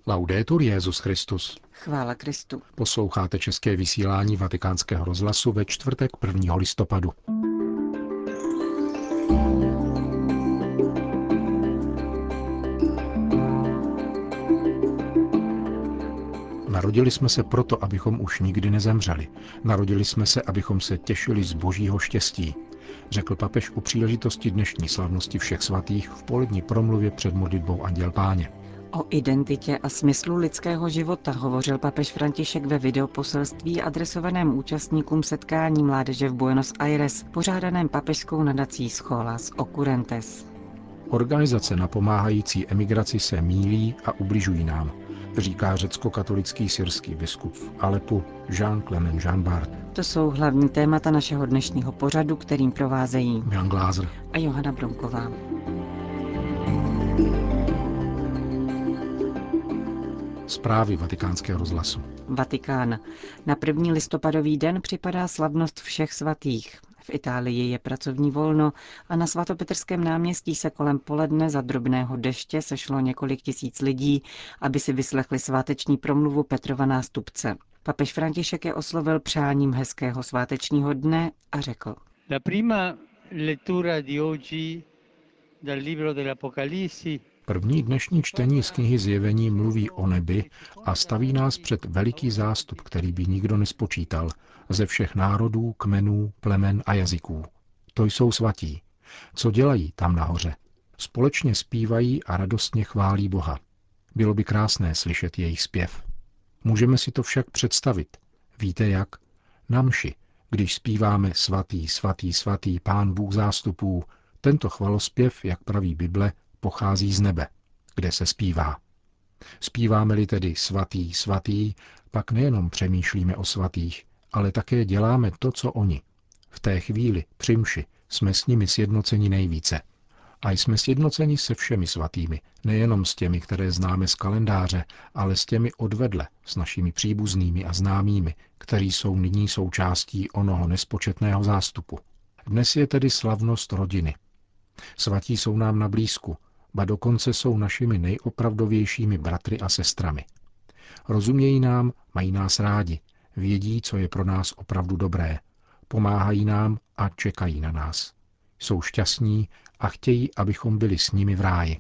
Laudetur Jesus Christus. Chvála Kristu. Posloucháte české vysílání Vatikánského rozhlasu ve čtvrtek 1. listopadu. Narodili jsme se proto, abychom už nikdy nezemřeli. Narodili jsme se, abychom se těšili z božího štěstí, řekl papež u příležitosti dnešní slavnosti všech svatých v polední promluvě před modlitbou Anděl Páně. O identitě a smyslu lidského života hovořil papež František ve videoposelství adresovaném účastníkům setkání mládeže v Buenos Aires, pořádaném papežskou nadací Scholas Occurrentes. Organizace napomáhající emigraci se mýlí a ubližují nám, říká řecko-katolický syrský biskup v Alepu Jean-Clement Jean-Bart. To jsou hlavní témata našeho dnešního pořadu, kterým provázejí Jan Glázer a Johana Bronková. Zprávy Vatikánského rozhlasu. Vatikán. Na 1. listopadový den připadá slavnost všech svatých. V Itálii je pracovní volno a na svatopetrském náměstí se kolem poledne za drobného deště sešlo několik tisíc lidí, aby si vyslechli sváteční promluvu Petrova nástupce. Papež František je oslovil přáním hezkého svátečního dne a řekl: La prima lettura di oggi dal libro dell'Apocalisse. První dnešní čtení z knihy Zjevení mluví o nebi a staví nás před veliký zástup, který by nikdo nespočítal, ze všech národů, kmenů, plemen a jazyků. To jsou svatí. Co dělají tam nahoře? Společně zpívají a radostně chválí Boha. Bylo by krásné slyšet jejich zpěv. Můžeme si to však představit. Víte jak? Na mši, když zpíváme svatý, svatý, svatý, Pán Bůh zástupů, tento chvalospěv, jak praví Bible, pochází z nebe, kde se zpívá. Zpíváme-li tedy svatý, svatý, pak nejenom přemýšlíme o svatých, ale také děláme to, co oni. V té chvíli, při mši, jsme s nimi sjednoceni nejvíce. A jsme sjednoceni se všemi svatými, nejenom s těmi, které známe z kalendáře, ale s těmi odvedle, s našimi příbuznými a známými, kteří jsou nyní součástí onoho nespočetného zástupu. Dnes je tedy slavnost rodiny. Svatí jsou nám na blízku, ba dokonce jsou našimi nejopravdovějšími bratry a sestrami. Rozumějí nám, mají nás rádi, vědí, co je pro nás opravdu dobré, pomáhají nám a čekají na nás. Jsou šťastní a chtějí, abychom byli s nimi v ráji.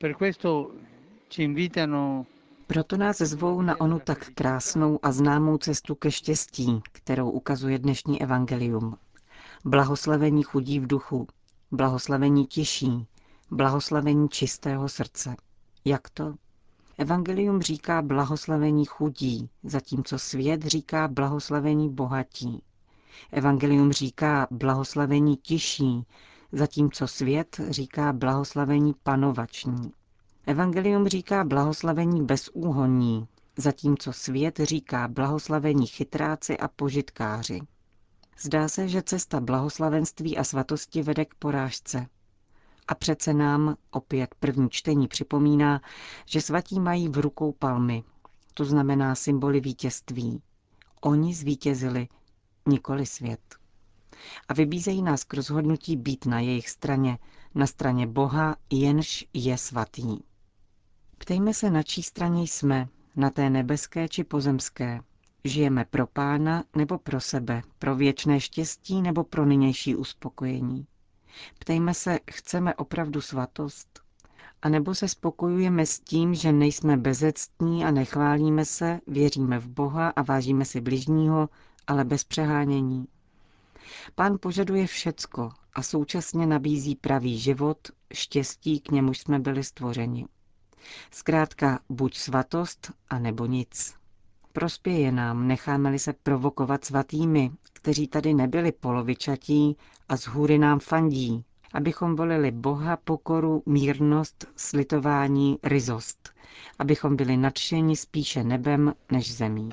Proto nás zvou na onu tak krásnou a známou cestu ke štěstí, kterou ukazuje dnešní evangelium. Blahoslavení chudí v duchu, blahoslavení tiší, blahoslavení čistého srdce. Jak to? Evangelium říká blahoslavení chudí, zatímco svět říká blahoslavení bohatí. Evangelium říká blahoslavení tiší, zatímco svět říká blahoslavení panovační. Evangelium říká blahoslavení bezúhonní, zatímco svět říká blahoslavení chytráci a požitkáři. Zdá se, že cesta blahoslavenství a svatosti vede k porážce. A přece nám opět první čtení připomíná, že svatí mají v rukou palmy, to znamená symboly vítězství. Oni zvítězili, nikoli svět. A vybízejí nás k rozhodnutí být na jejich straně, na straně Boha, jenž je svatý. Ptejme se, na čí straně jsme, na té nebeské či pozemské. Žijeme pro Pána nebo pro sebe, pro věčné štěstí nebo pro nynější uspokojení. Ptejme se, chceme opravdu svatost? A nebo se spokojujeme s tím, že nejsme bezectní a nechválíme se, věříme v Boha a vážíme si bližního, ale bez přehánění? Pán požaduje všecko a současně nabízí pravý život, štěstí, k němuž jsme byli stvořeni. Zkrátka, buď svatost, a nebo nic. Prospěje nám, necháme-li se provokovat svatými, kteří tady nebyli polovičatí a zhůry nám fandí, abychom volili Boha, pokoru, mírnost, slitování, ryzost, abychom byli nadšeni spíše nebem než zemí.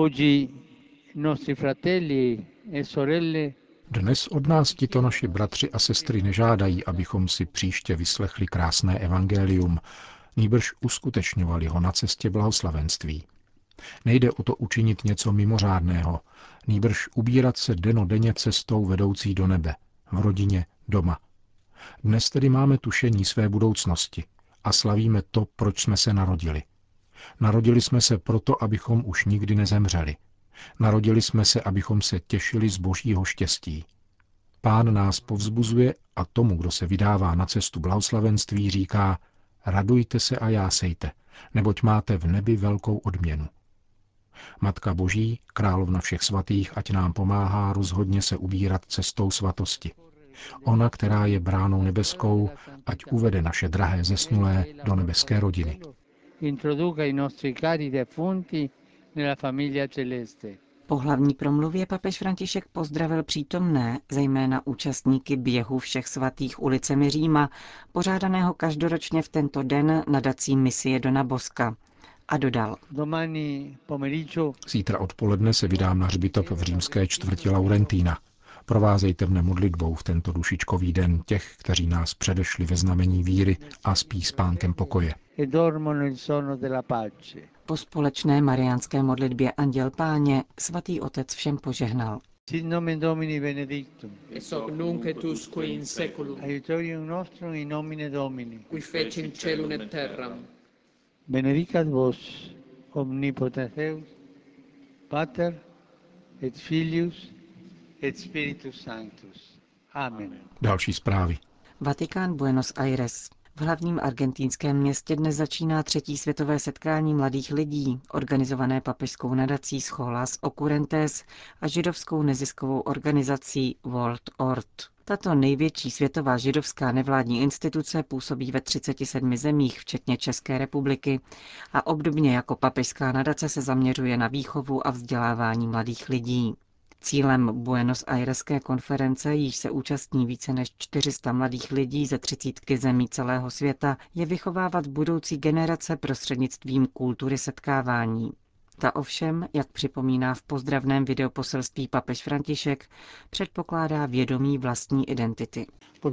Dnes od nás tito naši bratři a sestry nežádají, abychom si příště vyslechli krásné evangelium, nýbrž uskutečňovali ho na cestě blahoslavenství. Nejde o to učinit něco mimořádného, nýbrž ubírat se dennodenně cestou vedoucí do nebe, v rodině, doma. Dnes tedy máme tušení své budoucnosti a slavíme to, proč jsme se narodili. Narodili jsme se proto, abychom už nikdy nezemřeli. Narodili jsme se, abychom se těšili z božího štěstí. Pán nás povzbuzuje a tomu, kdo se vydává na cestu blahoslavenství, říká: radujte se a jásejte, neboť máte v nebi velkou odměnu. Matka Boží, královna všech svatých, ať nám pomáhá rozhodně se ubírat cestou svatosti. Ona, která je bránou nebeskou, ať uvede naše drahé zesnulé do nebeské rodiny. Po hlavní promluvě papež František pozdravil přítomné, zejména účastníky běhu všech svatých ulicemi Říma, pořádaného každoročně v tento den nadací Misie Dona Bosca. A dodal: Zítra odpoledne se vydám na hřbitov v římské čtvrti Laurentína. Provázejte mne modlitbou v tento dušičkový den těch, kteří nás předešli ve znamení víry a spí spánkem pokoje. Po společné mariánské modlitbě Anděl Páně svatý otec všem požehnal. Sit nomen Domini benedictum. Ex hoc nunc et usque in seculum. Aiutorium nostrum in nomine Domini. Qui fecit caelum et terram. Benedicat vos omnipotens Deus, Pater et Filius et Spiritus Sanctus. Amen. Další zprávy. Vatikán, Buenos Aires. V hlavním argentinském městě dnes začíná 3. světové setkání mladých lidí, organizované papežskou nadací Scholas Occurrentes a židovskou neziskovou organizací World Ort. Tato největší světová židovská nevládní instituce působí ve 37 zemích, včetně České republiky, a obdobně jako papežská nadace se zaměřuje na výchovu a vzdělávání mladých lidí. Cílem Buenos Aireské konference, jíž se účastní více než 400 mladých lidí ze 30 zemí celého světa, je vychovávat budoucí generace prostřednictvím kultury setkávání. Ta ovšem, jak připomíná v pozdravném videoposelství papež František, předpokládá vědomí vlastní identity.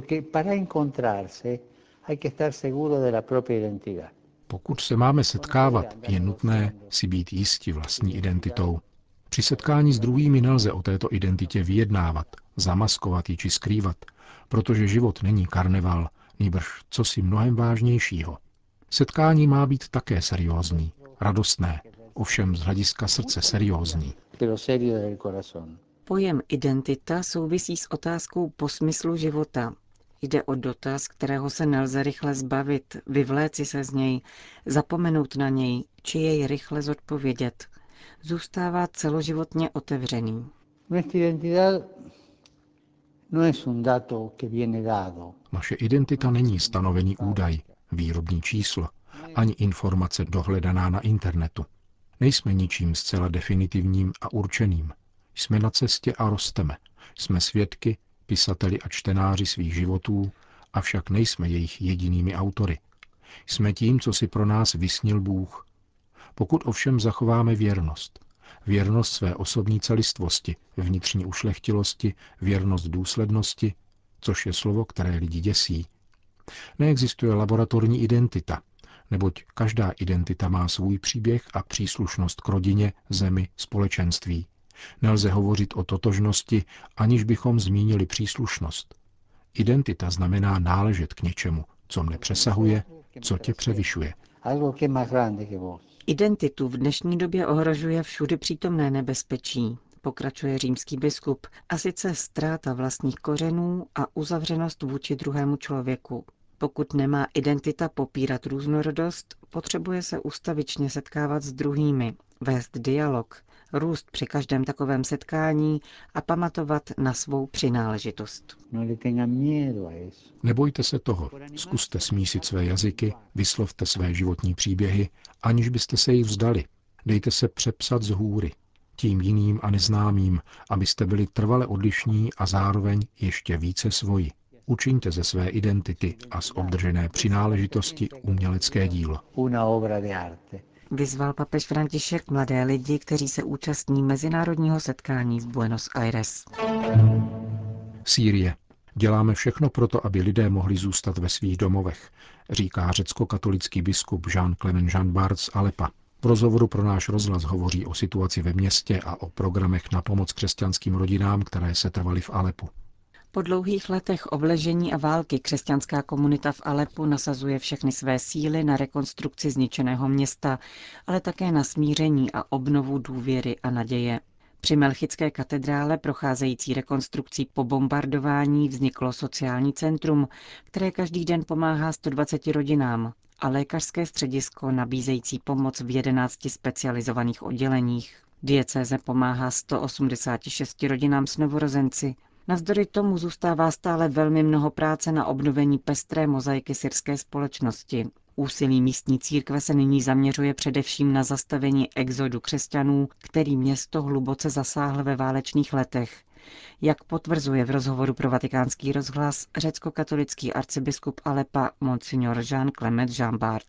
Pokud se máme setkávat, je nutné si být jisti vlastní identitou. Při setkání s druhými nelze o této identitě vyjednávat, zamaskovat ji či skrývat, protože život není karneval, nýbrž cosi mnohem vážnějšího. Setkání má být také seriózní, radostné, ovšem z hlediska srdce seriózní. Pojem identita souvisí s otázkou po smyslu života. Jde o dotaz, kterého se nelze rychle zbavit, vyvléci se z něj, zapomenout na něj, či jej rychle zodpovědět. Zůstává celoživotně otevřený. Naše identita není stanovený údaj, výrobní číslo, ani informace dohledaná na internetu. Nejsme ničím zcela definitivním a určeným. Jsme na cestě a rosteme. Jsme svědky, pisateli a čtenáři svých životů, avšak nejsme jejich jedinými autory. Jsme tím, co si pro nás vysnil Bůh. Pokud ovšem zachováme věrnost své osobní celistvosti, vnitřní ušlechtilosti, věrnost důslednosti, což je slovo, které lidi děsí. Neexistuje laboratorní identita, neboť každá identita má svůj příběh a příslušnost k rodině, zemi, společenství. Nelze hovořit o totožnosti, aniž bychom zmínili příslušnost. Identita znamená náležet k něčemu, co mne přesahuje, co tě převyšuje. Identitu v dnešní době ohrožuje všudy přítomné nebezpečí, pokračuje římský biskup, a sice ztráta vlastních kořenů a uzavřenost vůči druhému člověku. Pokud nemá identita popírat různorodost, potřebuje se ustavičně setkávat s druhými, vést dialog, růst při každém takovém setkání a pamatovat na svou přináležitost. Nebojte se toho, zkuste smísit své jazyky, vyslovte své životní příběhy, aniž byste se jich vzdali. Dejte se přepsat z hůry, tím jiným a neznámým, abyste byli trvale odlišní a zároveň ještě více svoji. Učiňte ze své identity a z obdržené přináležitosti umělecké dílo. Vyzval papež František mladé lidi, kteří se účastní mezinárodního setkání v Buenos Aires. Sýrie. Děláme všechno proto, aby lidé mohli zůstat ve svých domovech, říká řecko-katolický biskup Jean-Clement Jean Bart z Alepa. V rozhovoru pro náš rozhlas hovoří o situaci ve městě a o programech na pomoc křesťanským rodinám, které se trvaly v Alepu. Po dlouhých letech obležení a války křesťanská komunita v Aleppu nasazuje všechny své síly na rekonstrukci zničeného města, ale také na smíření a obnovu důvěry a naděje. Při Melchické katedrále procházející rekonstrukcí po bombardování vzniklo sociální centrum, které každý den pomáhá 120 rodinám, a lékařské středisko nabízející pomoc v 11 specializovaných odděleních. Diecéze pomáhá 186 rodinám s novorozenci. Navzdory tomu zůstává stále velmi mnoho práce na obnovení pestré mozaiky syrské společnosti. Úsilí místní církve se nyní zaměřuje především na zastavení exodu křesťanů, který město hluboce zasáhl ve válečných letech. Jak potvrzuje v rozhovoru pro Vatikánský rozhlas řecko-katolický arcibiskup Aleppa Monsignor Jean Clement Jean-Bart.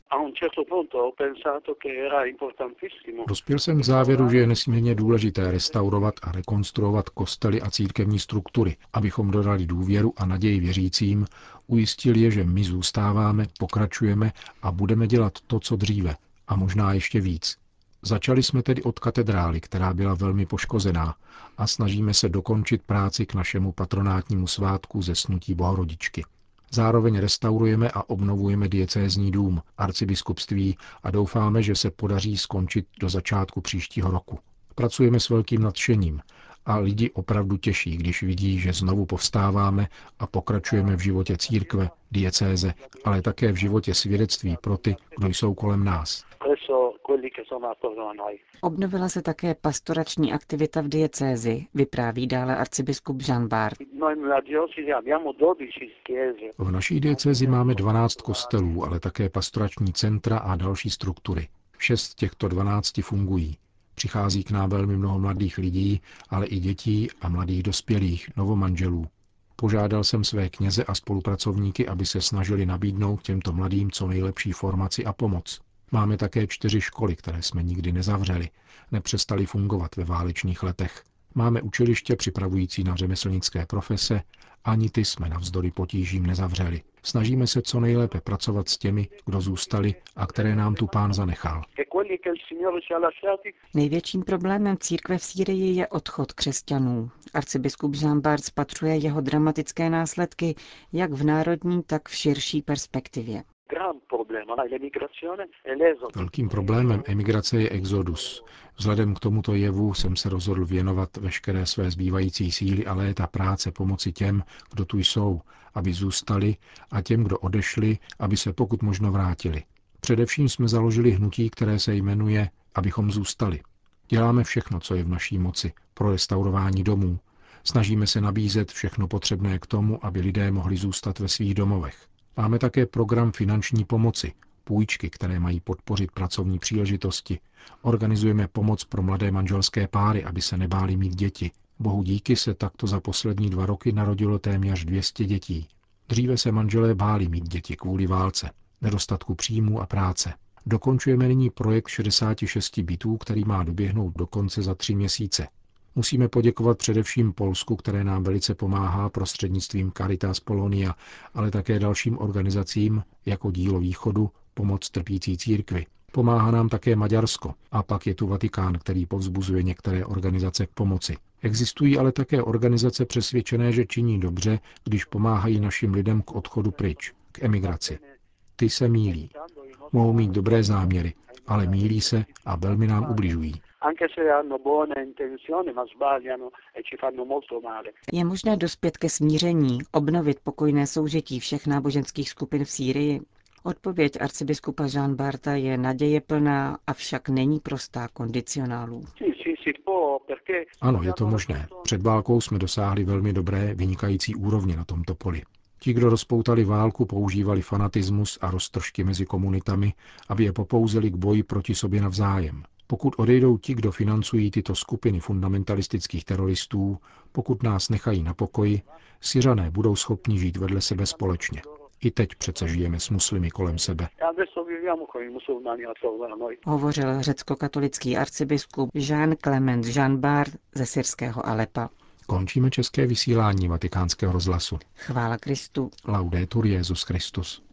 Dospěl jsem k závěru, že je nesmírně důležité restaurovat a rekonstruovat kostely a církevní struktury, abychom dodali důvěru a naději věřícím, ujistili je, že my zůstáváme, pokračujeme a budeme dělat to, co dříve, a možná ještě víc. Začali jsme tedy od katedrály, která byla velmi poškozená, a snažíme se dokončit práci k našemu patronátnímu svátku Zesnutí Bohorodičky. Zároveň restaurujeme a obnovujeme diecézní dům, arcibiskupství a doufáme, že se podaří skončit do začátku příštího roku. Pracujeme s velkým nadšením a lidi opravdu těší, když vidí, že znovu povstáváme a pokračujeme v životě církve, diecéze, ale také v životě svědectví pro ty, kdo jsou kolem nás. Obnovila se také pastorační aktivita v diecézi, vypráví dále arcibiskup Jean-Bart. V naší diecézi máme 12 kostelů, ale také pastorační centra a další struktury. 6 těchto 12 fungují. Přichází k nám velmi mnoho mladých lidí, ale i dětí a mladých dospělých, novomanželů. Požádal jsem své kněze a spolupracovníky, aby se snažili nabídnout těmto mladým co nejlepší formaci a pomoc. Máme také 4 školy, které jsme nikdy nezavřeli, nepřestaly fungovat ve válečných letech. Máme učiliště připravující na řemeslnické profese, ani ty jsme navzdory potížím nezavřeli. Snažíme se co nejlépe pracovat s těmi, kdo zůstali a které nám tu Pán zanechal. Největším problémem církve v Sýrii je odchod křesťanů. Arcibiskup Jean-Bart spatřuje jeho dramatické následky jak v národní, tak v širší perspektivě. Velkým problémem emigrace je exodus. Vzhledem k tomuto jevu jsem se rozhodl věnovat veškeré své zbývající síly a léta práce pomoci těm, kdo tu jsou, aby zůstali, a těm, kdo odešli, aby se pokud možno vrátili. Především jsme založili hnutí, které se jmenuje Abychom zůstali. Děláme všechno, co je v naší moci, pro restaurování domů. Snažíme se nabízet všechno potřebné k tomu, aby lidé mohli zůstat ve svých domovech. Máme také program finanční pomoci, půjčky, které mají podpořit pracovní příležitosti. Organizujeme pomoc pro mladé manželské páry, aby se nebáli mít děti. Bohu díky se takto za poslední 2 roky narodilo téměř 200 dětí. Dříve se manželé báli mít děti kvůli válce, nedostatku příjmů a práce. Dokončujeme nyní projekt 66 bytů, který má doběhnout do konce za 3 měsíce. Musíme poděkovat především Polsku, které nám velice pomáhá prostřednictvím Caritas Polonia, ale také dalším organizacím jako Dílo východu, Pomoc trpící církvi. Pomáhá nám také Maďarsko a pak je tu Vatikán, který povzbuzuje některé organizace k pomoci. Existují ale také organizace přesvědčené, že činí dobře, když pomáhají našim lidem k odchodu pryč, k emigraci. Ty se mýlí. Mohou mít dobré záměry, ale mýlí se a velmi nám ubližují. Je možné dospět ke smíření, obnovit pokojné soužití všech náboženských skupin v Sýrii? Odpověď arcibiskupa Jean-Barta je nadějeplná, avšak není prostá kondicionálů. Ano, je to možné. Před válkou jsme dosáhli velmi dobré, vynikající úrovně na tomto poli. Ti, kdo rozpoutali válku, používali fanatismus a roztržky mezi komunitami, aby je popouzeli k boji proti sobě navzájem. Pokud odejdou ti, kdo financují tyto skupiny fundamentalistických teroristů, pokud nás nechají na pokoji, Syřané budou schopni žít vedle sebe společně. I teď přece žijeme s muslimy kolem sebe. Hovořil řecko-katolický arcibiskup Jean Clement Jean-Bart ze syrského Aleppa. Končíme české vysílání Vatikánského rozhlasu. Chvála Kristu. Laudetur Jesus Christus.